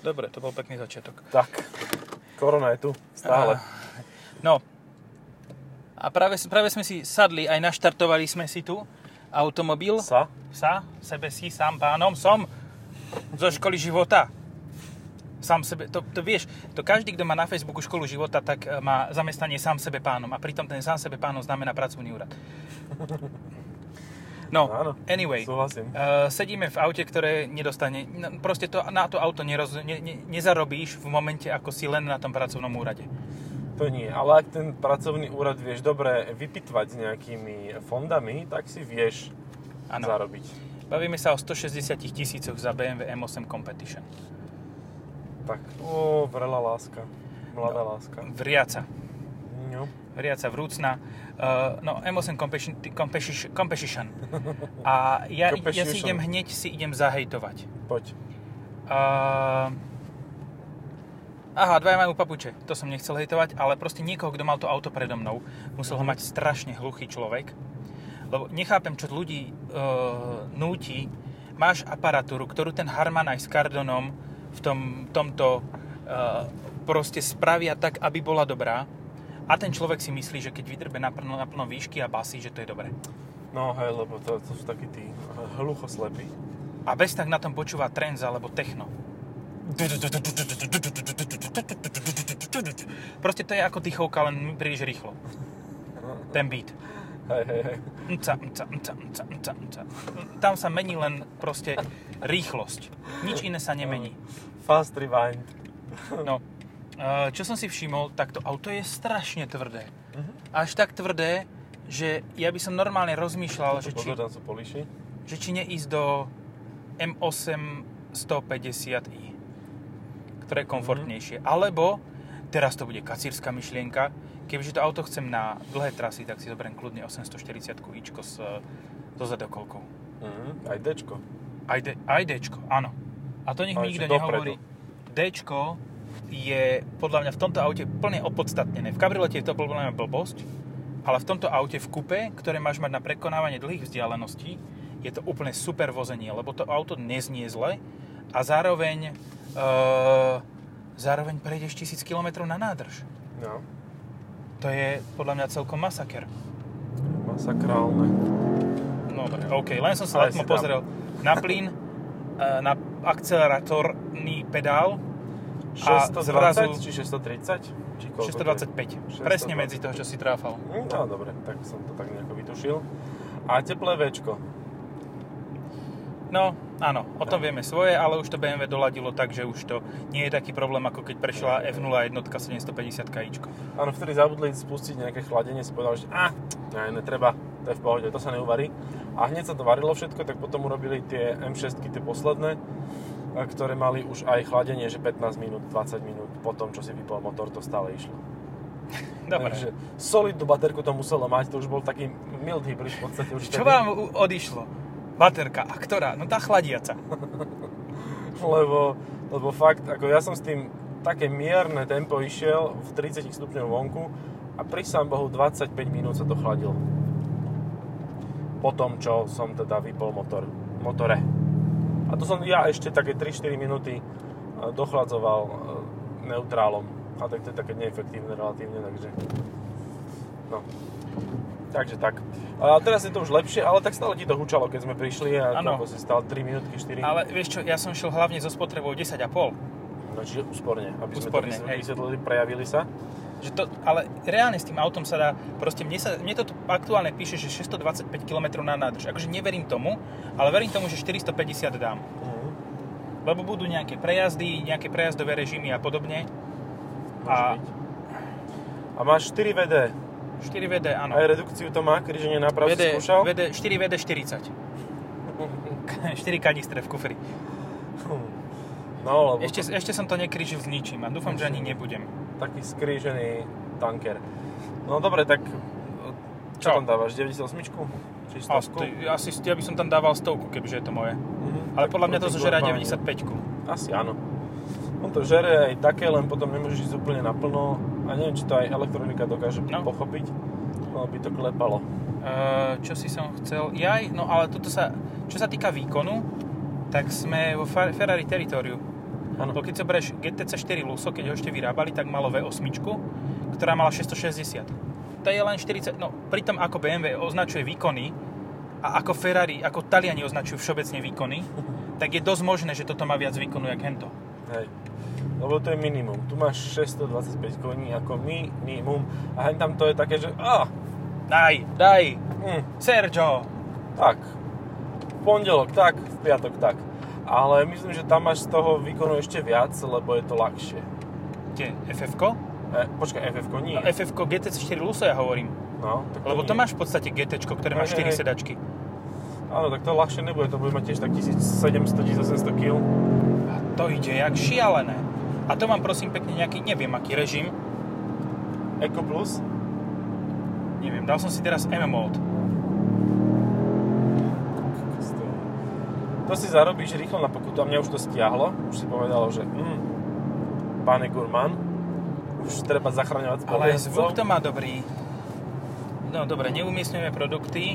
Dobre, to bol pekný začiatok. Tak, korona je tu, stále. No, a práve sme si sadli, aj naštartovali sme si tu automobil. Sebe si, sám pánom som zo školy života. Sám sebe, to vieš, to každý, kto má na Facebooku školu života, tak má zamestnanie sám sebe pánom. A pritom ten sám sebe pánom znamená pracovný úrad. No, áno, anyway, sedíme v aute, ktoré nedostane, proste na to auto nezarobíš v momente, ako si len na tom pracovnom úrade. To nie, ale ak ten pracovný úrad vieš dobre vypitvať s nejakými fondami, tak si vieš zarobiť. Bavíme sa o 160 000 za BMW M8 Competition. Tak, vrela láska, mladá láska. Vriaca. No. Vriaca, vrúcna. M8 Competition. A ja si idem zahejtovať. Poď. Aha, dvaja majú papuče. To som nechcel hejtovať, ale proste niekoho, kto mal to auto predo mnou, musel ho mať strašne hluchý človek. Lebo nechápem, čo ľudí núti. Máš aparatúru, ktorú ten Harman aj s Cardonom v tomto proste spravia tak, aby bola dobrá. A ten človek si myslí, že keď vydrbe naplno výšky a basy, že to je dobré. No hej, lebo to sú takí tí hluchoslepí. A bez tak na tom počúva trance alebo techno. Proste to je ako dýchovka, len príliš rýchlo. Ten beat. Hej. Tam sa mení len proste rýchlosť. Nič iné sa nemení. Fast rewind. No. Čo som si všimol, tak to auto je strašne tvrdé. Až tak tvrdé, že ja by som normálne rozmýšľal, že či neísť do M8 150i, ktoré je komfortným. Alebo, teraz to bude kacírska myšlienka, kebyže to auto chcem na dlhé trasy, tak si zoberiem kľudne 840ičko so zadokolkou. Aj Dčko. Aj Dčko, áno. A to nech mi nikto nehovorí. Dčko je podľa mňa v tomto aute plne opodstatnené. V kabriolete je to podľa mňa blbosť, ale v tomto aute v kupe, ktoré máš mať na prekonávanie dlhých vzdialeností, je to úplne super vozenie, lebo to auto neznie zle a zároveň prejdeš 1000 km na nádrž. No. To je podľa mňa celkom masaker. Masakrálne. No dobre, OK, len som sa letmo pozrel na plyn, na akcelerátorný pedál, 620 či 630? Či 625. Presne medzi toho, čo si tráfal. No dobre, tak som to tak nejako vytušil. A teplé Včko. No, áno, o tom vieme svoje, ale už to BMW doladilo tak, že už to nie je taký problém, ako keď prešla F01 750 Kičko. Áno, vtedy zabudli spustiť nejaké chladenie, si povedal, že netreba, to je v pohode, to sa neuvarí. A hneď sa to varilo všetko, tak potom urobili tie M6, tie posledné, ktoré mali už aj chladenie, že 15 minút, 20 minút po tom, čo si vypol motor, to stále išlo. Dobre. Takže solidnú baterku to muselo mať, to už bol taký mild hybrid v podstate. Už čo vám odišlo? Baterka. A ktorá? No tá chladiaca. lebo fakt, ako ja som s tým také mierne tempo išiel v 30 stupňov vonku a pri sám Bohu 25 minút sa to chladilo. Po tom, čo som teda vypol motore. A to som ja ešte také 3-4 minúty dochladzoval neutrálom. A tak to je také neefektívne relatívne, takže... No. Takže tak. A teraz je to už lepšie, ale tak stále ti to hučalo, keď sme prišli a to si stál 3 minútky, 4. Ale vieš čo, ja som šiel hlavne so spotrebou 10,5. No čiže úsporne, aby sme to vysvetlili, prejavili sa. Že to, ale reálne s tým autom sa dá, proste mne to tu aktuálne píše, že 625 km na nádrž. Akože neverím tomu, ale verím tomu, že 450 dám. Lebo budú nejaké prejazdy, nejaké prejazdové režimy a podobne. A máš 4 VD. 4 VD, áno. Aj redukciu to má, križenie náprav si skúšal? 4 VD 40. 4 kanistre v kufri. No, lebo ešte som to nekrížil s ničím a dúfam, že ani nebudem. Taký skrížený tanker. No dobre, tak čo tam dávaš? 98? Či 100? Ja by som tam dával 100, kebyže je to moje. Ale podľa mňa to zožerá 95. Asi áno. On to žere aj také, len potom nemôžeš ísť úplne naplno. A neviem, či to aj elektronika dokáže pochopiť. No by to klepalo. Čo si som chcel? No ale toto čo sa týka výkonu, tak sme vo Ferrari Territoriu. Áno. Lebo keď si bereš GTC 4 Lusso, keď ho ešte vyrábali, tak malo V8, ktorá mala 660. To je len 40, no pritom ako BMW označuje výkony a ako Ferrari, ako Taliani označujú všeobecne výkony, tak je dosť možné, že toto má viac výkonu, jak hento. Hej. Lebo to je minimum. Tu máš 625 koní ako minimum a hen tam to je také, že Daj, Sergio. Tak, v pondelok tak, v piatok tak. Ale myslím, že tam máš z toho výkonu ešte viac, lebo je to ľahšie. Kde? FF-ko? Počkaj, FF-ko nie. No, FF-ko GTC 4 Lusso ja hovorím. No, tak lebo to nie. máš v podstate GT-čko, ktoré má 4 sedačky. Áno, tak to ľahšie nebude, to bude mať tiež tak 1700-1800 kg. A to ide jak šialené. A to mám prosím pekne nejaký, neviem aký režim. Eco Plus? Neviem, dal som si teraz M-Mode. To si zarobíš rýchlo na pokutu a mňa už to stiahlo. Už si povedalo, že pane Gurman, už treba zachraňovať spolujazdcov. Ale zvuk to má dobrý. No dobre, neumiestňujeme produkty.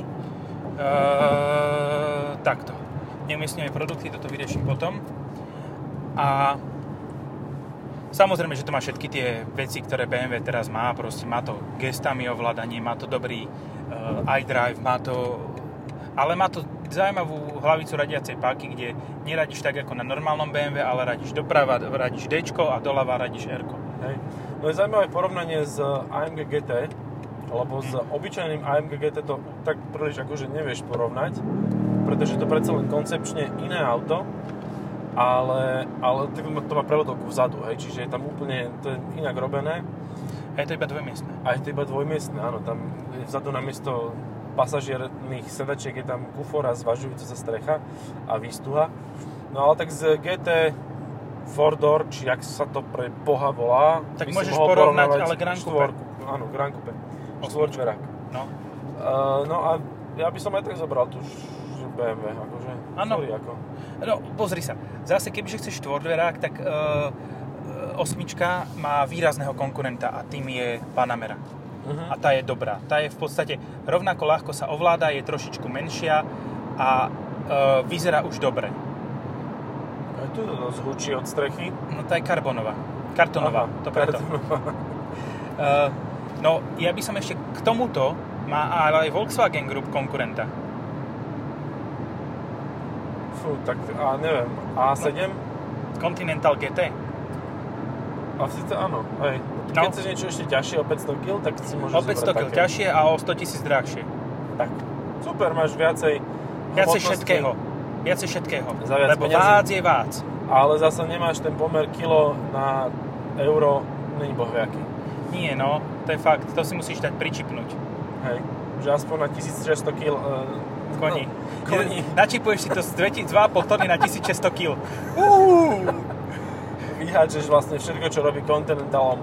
Takto. Neumiestňujeme produkty, toto vyrieším potom. A samozrejme, že to má všetky tie veci, ktoré BMW teraz má. Proste má to gestami ovládanie, má to dobrý iDrive, má to... Ale má to zaujímavú hlavicu radiacej páky, kde neradíš tak ako na normálnom BMW, ale radíš doprava, radíš D-čko a doľava radíš R-ko. Hej. No je zaujímavé porovnanie s AMG GT, lebo s obyčajným AMG GT to tak príliš akože nevieš porovnať, pretože to predsa len koncepčne iné auto, ale to má prevodovku vzadu, hej, čiže je tam úplne, to je inak robené. A je to iba dvojmiestne. A je to iba dvojmiestne, áno, tam je vzadu namiesto pasažierných sedačiek je tam kufor a zvažujúca sa strecha a výstuha. No ale tak z GT 4-door, či jak sa to pre Boha volá, tak môžeš porovnať, ale Grand Coupe. Áno, Grand Coupe. Štvorčverák. No. No a ja by som aj tak zobral tú BMW, akože. Áno. Sorry, ako. No, pozri sa. Zase, kebyže chceš štvorčverák, tak osmička má výrazného konkurenta a tým je Panamera. A tá je dobrá. Tá je v podstate rovnako ľahko sa ovláda, je trošičku menšia a vyzerá už dobre. Aj tu to zhučí od strechy. No tá je karbonová. Kartonová. Aha, to preto. No, ja by som ešte k tomuto má aj Volkswagen Group konkurenta. Fú, tak a neviem, A7? Continental GT. A síce áno, hej. No. Keď chceš niečo ešte ťažšie o 500 kg, tak si môžeš o 500 kg ťažšie a o 100 000 drahšie. Tak, super, máš viacej všetkého. Viacej všetkého. Lebo vác je vác. Ale zasa nemáš ten pomer kilo na euro, není bohviaký. Nie, no, to je fakt. To si musíš dať pričipnúť. Hej, že aspoň na 1600 kg koní. Koní. Načipuješ si to z 2,5 tony na 1600 kg. Vyháčeš vlastne všetko, čo robí Continental.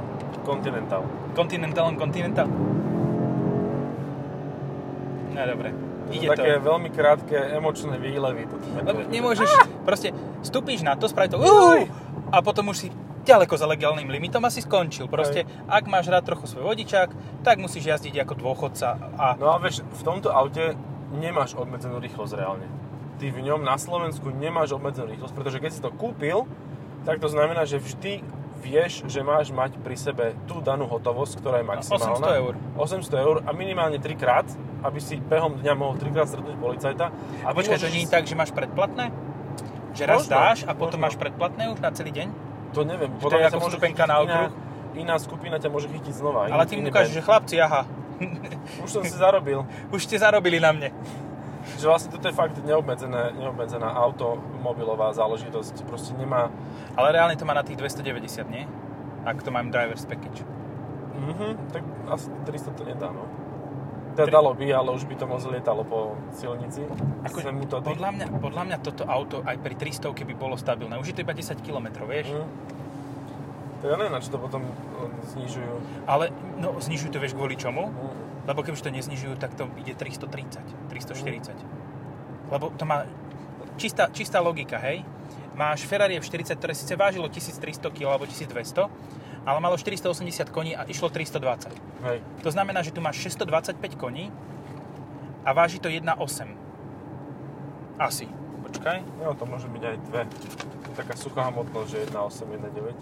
No dobre. Ide také to. veľmi krátke emočné výlevy. Nemôžeš, proste vstúpiš na to, spraví to a potom už si ďaleko za legálnym limitom a si skončil. Proste, ak máš rád trochu svoj vodičák, tak musíš jazdiť ako dôchodca. No a vieš, v tomto aute nemáš obmedzenú rýchlosť reálne. Ty v ňom na Slovensku nemáš obmedzenú rýchlosť, pretože keď si to kúpil, tak to znamená, že vždy vieš, že máš mať pri sebe tú danú hotovosť, ktorá je maximálna. 800 eur a minimálne 3 krát, aby si behom dňa mohol 3 krát stretnúť policajta. A počkaj, to nie je tak, že máš predplatné? Že raz dáš a potom máš predplatné už na celý deň? To neviem. To je ako vstupenka na okruh? Iná skupina ťa môže chytiť znova. Ale ty mu ukážeš, že chlapci, aha. Už som si zarobil. Už ste zarobili na mne. Že vlastne toto je fakt neobmedzená automobilová záležitosť. Proste nemá... Ale reálne to má na tých 290, nie? Ak to mám driver's package. Tak asi 300 to nedá, no. Teda dalo by, ale už by to moc lietalo po silnici. Podľa mňa toto auto aj pri 300 by bolo stabilné. Už je to iba 10 km, vieš? Tak ja neviem, na čo to potom znižujú. Ale, no, znižujú to, vieš, kvôli čomu? Lebo keby to neznižujú, tak to ide 330, 340. Lebo to má čistá logika, hej? Máš Ferrari F40, ktoré síce vážilo 1300 kg alebo 1200, ale malo 480 koní a išlo 320. Hej. To znamená, že tu máš 625 koní a váži to 1,8. Asi. Počkaj. No, to môže byť aj dve. Taká suchá hmotnosť, že 1.8, 1.9.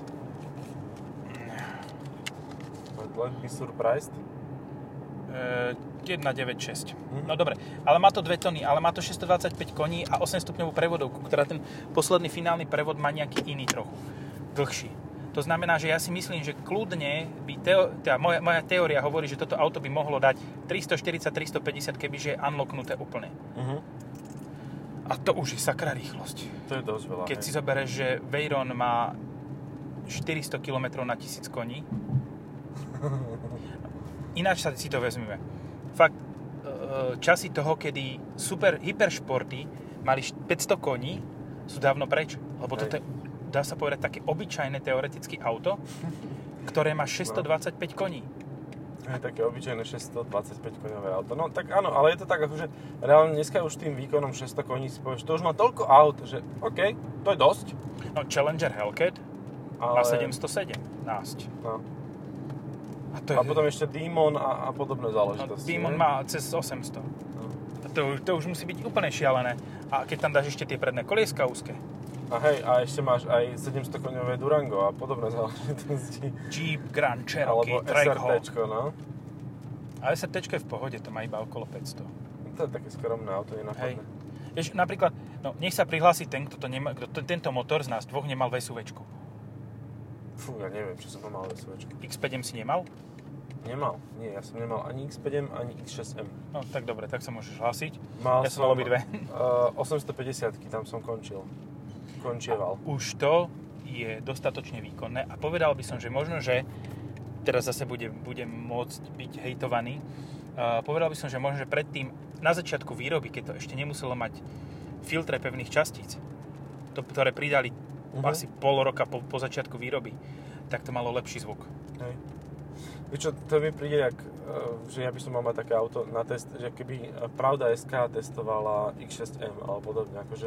Let's be surprised. 1.96. No dobre, ale má to 2 tony, ale má to 625 koní a 8 stupňovú prevodovku, ktorá ten posledný finálny prevod má nejaký iný trochu. Dlhší. To znamená, že ja si myslím, že kľudne by moja teória hovorí, že toto auto by mohlo dať 340-350, kebyže je unlocknuté úplne. A to už je sakra rýchlosť. To je dosť veľa. Keď si zoberieš, že Veyron má 400 km na 1000 koní. Ináč sa si to vezmeme. Fakt, časy toho, kedy super hyperšporty mali 500 koní, sú dávno preč. Lebo toto je, dá sa povedať, také obyčajné teoretické auto, ktoré má 625 koní. Je také obyčajné 625 koňové auto. No tak áno, ale je to tak, akože reálne dneska už tým výkonom 600 koní si povieš, to už má toľko aut, že OK, to je dosť. No Challenger Hellcat má 717. No. A potom ešte Demon a podobné záležitosti. Demon má cez 800. No. A to už musí byť úplne šialené. A keď tam dáš ešte tie predné kolieska úzke. A hej, a ešte máš aj 700 koňové Durango a podobné záležitosti. Jeep Grand Cherokee, Trackhawk. Alebo SRTčko, no. A SRTčko je v pohode, to má iba okolo 500. To je také skromné auto, nenápadné. Vieš, napríklad, nech sa prihlási ten, kto tento motor z nás dvoch nemal VSUVčku. Fú, ja neviem, či som mal VSUVčku. X5M si nemal? Nemal, nie, ja som nemal ani X5M, ani X6M. No, tak dobre, tak sa môžeš hlásiť. Ja som mal obidve. 850-ky, tam som končieval. Už to je dostatočne výkonné a povedal by som, že možno, že teraz zase budem môcť byť hejtovaný. Povedal by som, že možno, že predtým na začiatku výroby, keď to ešte nemuselo mať filtre pevných častíc, ktoré pridali asi pol roka po začiatku výroby, tak to malo lepší zvuk. Hej. Víš čo, to mi príde, že ja by som mal mať také auto na test, že keby Pravda SK testovala X6M alebo podobne, akože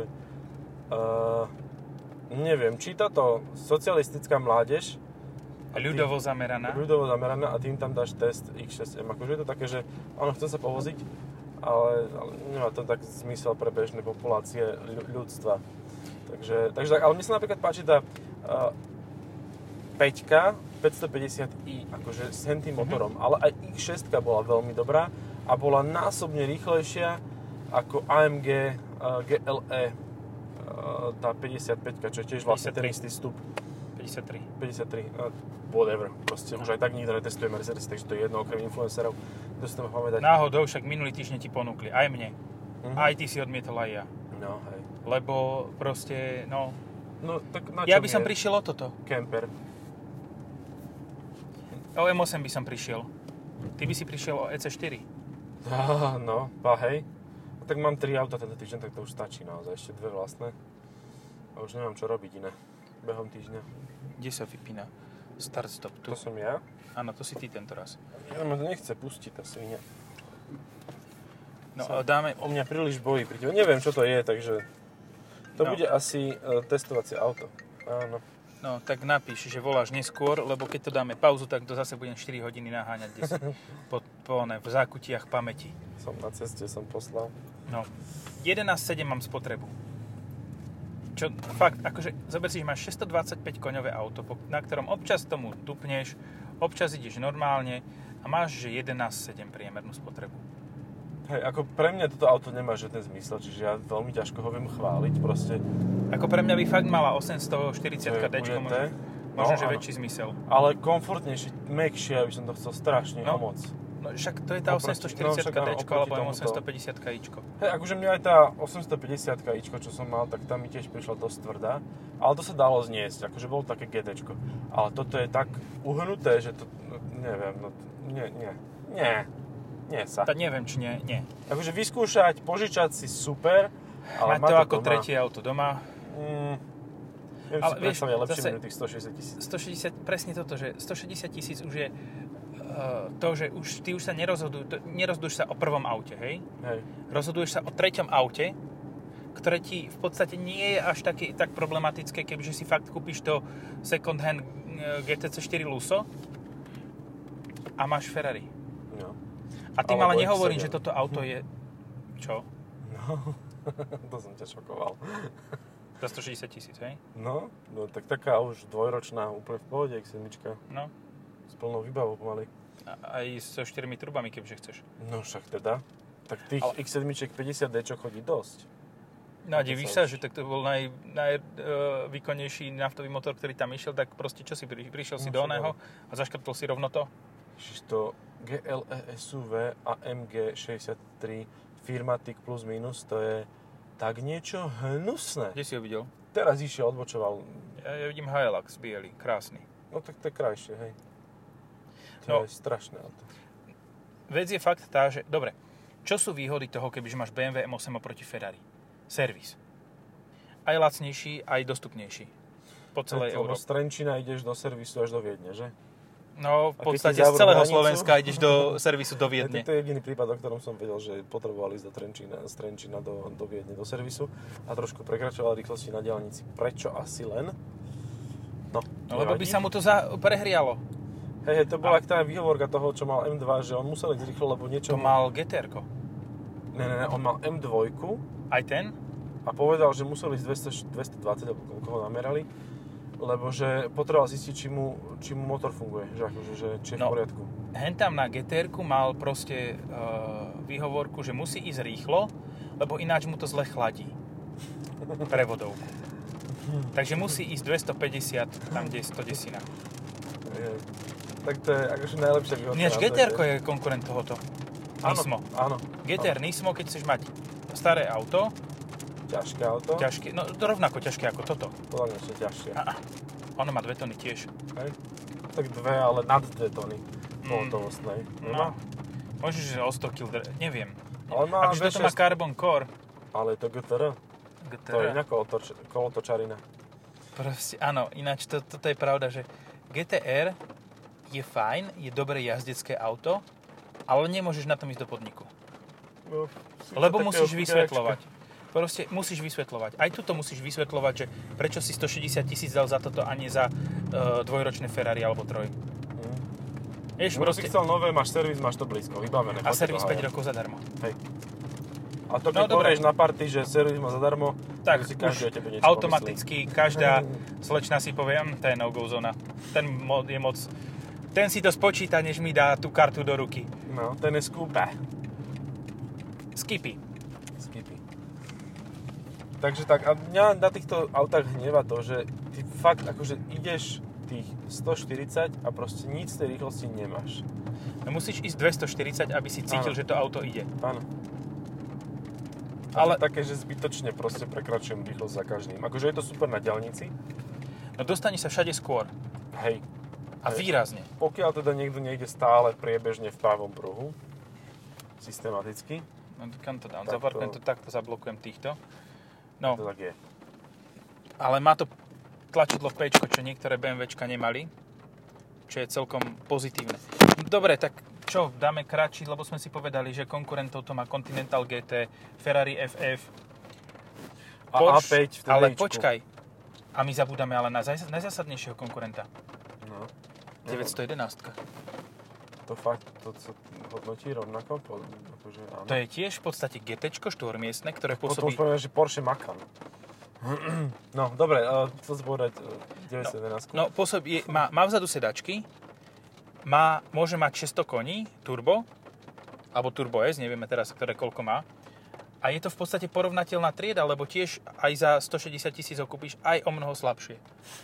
neviem, či táto socialistická mládež ľudovo zameraná a tým tam dáš test X6M, akože je to také, že áno, chcem sa povoziť, ale nemá to tak zmysel pre bežné populácie ľudstva. Takže tak, ale mne sa napríklad páči tá 5-ka 550i, akože s hentým motorom, ale aj X6 bola veľmi dobrá a bola násobne rýchlejšia ako AMG GLE, tá 55, čo je tiež vlastne ten istý stup. 53, whatever, proste už aj tak nikto netestuje Mercedes, takže to je jedno okrem influencerov, kto si to má pamätať. Náhodou, však minulý týždeň ti ponúkli, aj mne, aj ty si odmietol, aj ja. No, hej. Lebo proste, no tak na ja by som prišiel o toto. Camper. O M8 by som prišiel. Ty by si prišiel o EC4. No, hej. Tak mám 3 auta tento týždeň, tak to už stačí naozaj. Ešte 2 vlastné. A už nemám čo robiť iné. Behom týždňa. Kde sa vypína? Start, stop. Tu. To som ja? Áno, to si ty tento raz. Ja ma to nechce pustiť, tá svinia. No, dáme... O mňa príliš bojí pri tebe. Neviem, čo to je, takže... To bude asi testovacie auto. Áno. No, tak napíš, že voláš neskôr, lebo keď to dáme pauzu, tak to zase budem 4 hodiny naháňať v zákutiach pamäti. Som na ceste, som poslal. No, 11,7 mám spotrebu. Čo fakt, akože zober si, že máš 625 koňové auto, na ktorom občas tomu dupneš, občas ideš normálne a máš, že 11,7 priemernú spotrebu. Hej, ako pre mňa toto auto nemá žiaden zmysel, čiže ja veľmi ťažko ho viem chváliť, proste. Ako pre mňa by fakt mala 840 D-čko, možno že väčší zmysel. Ale komfortnejšie, mäkšie, aby som to chcel strašne moc. No však to je tá 840 D-čko alebo 850 ičko. Hej, akože mňa aj tá 850 ičko, čo som mal, tak tam mi tiež prišla dosť tvrdá. Ale to sa dalo zniesť, akože bolo také GTčko. Ale toto je tak uhnuté, že to, neviem, nie sa. Tak neviem, či nie. Akože vyskúšať, požičať si super, ale mať to ako doma. Tretie auto doma. Viem si predstaviť lepšie minú tých 160 000. 160, presne toto, že 160 000 už je to, že ty už sa nerozduješ sa o prvom aute, hej? Rozhoduješ sa o treťom aute, ktoré ti v podstate nie je až tak problematické, kebyže si fakt kúpiš to second hand GTC 4 Lusso a máš Ferrari. No. A tým ale nehovorím, že toto auto je... Čo? No. To som ťa šokoval. Za 160 000, hej? No, tak taká už dvojročná, úplne v pohode, X7. No. S plnou výbavou pomaly. Aj so 4 turbami, kebyže chceš. No však teda. Tak tých X7 50D chodí dosť. No a divíš sa, že tak to bol najvýkonnejší naftový motor, ktorý tam išiel, tak proste čo si prišiel si do oného a zaškrtol si rovno to? Čiže to GLE SUV AMG 63 Firmatic plus minus, to je tak niečo hnusné. Kde si ho videl? Teraz išiel, odbočoval. Ja vidím Hilux, biely, krásny. No tak to je krajšie, hej. To je strašné auto. Vec je fakt tá, že dobre, čo sú výhody toho, kebyže máš BMW M8 oproti Ferrari? Servis. Aj lacnejší, aj dostupnejší. Po celej Európe. Z Trenčína ideš do servisu až do Viedne, že? No, v podstate z celého Slovenska ideš do servisu do Viedne. To je jediný prípad, o ktorom som vedel, že potreboval ísť z Trenčína do Viedne, do servisu a trošku prekračoval rýchlosti na diaľnici. Prečo asi len? No lebo by sa mu to prehrialo. Hej, to bola tá výhovorka toho, čo mal M2, že on musel ísť rýchlo, lebo niečo... To mal GTR-ko. Ne, on mal M2. Aj ten? A povedal, že musel ísť 220, alebo koľko ho namerali, lebo že potreboval zistiť, či mu motor funguje, že akože, či je v poriadku. Hentam na GTR-ku mal proste výhovorku, že musí ísť rýchlo, lebo ináč mu to zle chladí. Prevodovku. Takže musí ísť 250, tam, kde je 110. Tak to je akože najlepšia výhovorka. Ináč GTR-ko je konkurent tohoto. Nismo. Áno. GTR Nismo, keď chceš mať staré auto. Ťažké auto. Ťažké, no to rovnako ťažké ako toto. Podľa mňa ešte ťažšie. Ono má 2 tony tiež. Hej. Tak 2, ale nad 2 tony. Pohotovostnej. No. Možno, že o 100 kg, neviem. Ale má akože toto má Carbon Core. Ale je to GTR. To je iná kolotočarina. Proste, áno, ináč toto je pravda, že GTR je fajn, je dobré jazdecké auto, ale nemôžeš na tom ísť do podniku. No, lebo musíš vysvetľovať. Proste musíš vysvetľovať. Aj tuto musíš vysvetľovať, že prečo si 160 000 dal za toto a nie za dvojročné Ferrari alebo troj. Vieš, proste... si chcel nové, máš servis, máš to blízko, vybavené. A servis 5 rokov zadarmo. Hej. A to keď povieš na party, že servis má zadarmo, tak si každý o tebe niečo automaticky pomyslí. Každá slečna si povie, to je no-go zóna. Ten je moc... Ten si to spočíta, než mi dá tú kartu do ruky. No, ten je skúpe. Skipy. Takže tak, a mňa na týchto autách hneva to, že ty fakt akože ideš tých 140 a proste nic z tej rýchlosti nemáš. No musíš ísť 240, aby si cítil, že to auto ide. Áno. Ale také, že zbytočne proste prekračujem rýchlosť za každým. Akože je to super na diaľnici. No dostane sa všade skôr. Hej. A výrazne. Pokiaľ teda niekto nejde stále priebežne v pravom pruhu, systematicky. No, kam to dám? Zaparkujem to takto, zablokujem týchto. No. To tak je. Ale má to tlačidlo v P-čko, čo niektoré BMWčka nemali. Čo je celkom pozitívne. Dobre, tak čo, dáme kratší, lebo sme si povedali, že konkurentov to má Continental GT, Ferrari FF, a A5 v TDIčku. Ale počkaj. A my zabudáme ale na najzásadnejšieho konkurenta. No. 911. To fakt, to sa hodnotí rovnako? Akože, áno. To je tiež v podstate GT-čko štvormiestne, ktoré pôsobí... Potom už poviem, že Porsche Macan. No, dobre, chcel si povedať 911. No, pôsobí, má vzadu sedačky, môže mať 600 koní, turbo, alebo Turbo S, nevieme teraz, ktoré koľko má. A je to v podstate porovnateľná trieda, lebo tiež aj za 160 000 ho kúpiš aj o mnoho slabšie.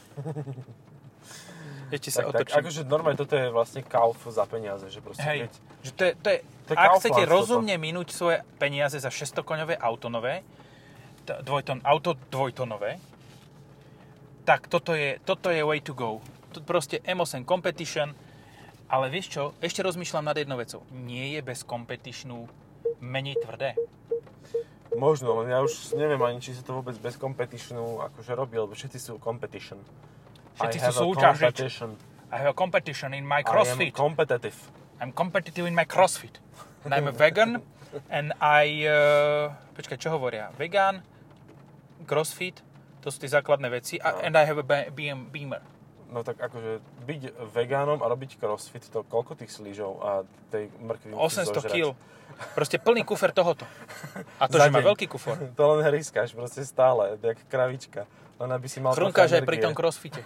Ešte sa otočím. Tak, akože normálne toto je vlastne kauf za peniaze, že proste hej, keď... že to je ak chcete rozumne minúť svoje peniaze za 600-koňové auto nové, auto dvojtonové, tak toto je way to go. Proste M8 Competition, ale vieš čo, ešte rozmýšľam nad jednou vecou. Nie je bez Competitionu menej tvrdé? Možno, len ja už neviem ani, či sa to vôbec bez Competitionu akože robí, lebo všetci sú Competition. Všetci sú súťažiť. I have a competition in my CrossFit. I am competitive. I'm competitive in my CrossFit. And I'm a vegan and počkaj, čo hovoria? Vegan, CrossFit, to sú tie základné veci. And I have a Beamer. No tak akože byť vegánom a robiť crossfit, to koľko tých slížov a tej mrkvy 800 kg. Proste plný kufer tohoto. A to, že má veľký kufor. To len hriskáš proste stále, jak kravička. Len aby si mal chrumkáš aj pri tom crossfite.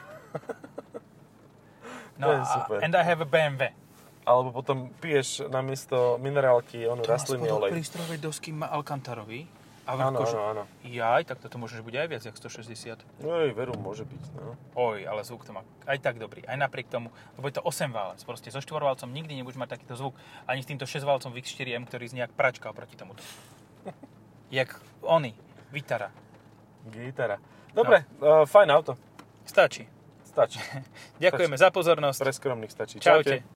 No to je super. And I have a BMW. Alebo potom piješ namiesto minerálky rastlinný olej. To má prístrojovej dosky Alcantarovi. Áno. Jaj, tak toto môže byť aj viac, jak 160. Veru, môže byť, no. Ale zvuk to má aj tak dobrý. Aj napriek tomu, lebo je to 8-válec. Proste so 4-válcom nikdy nebudeš mať takýto zvuk. Ani s týmto 6-válcom VX4M, ktorý znie jak pračka oproti tomuto. Jak Vitara. Gitara. Dobre, fajn auto. Stačí. Stačí. Ďakujeme za pozornosť. Pre skromných stačí. Čaute.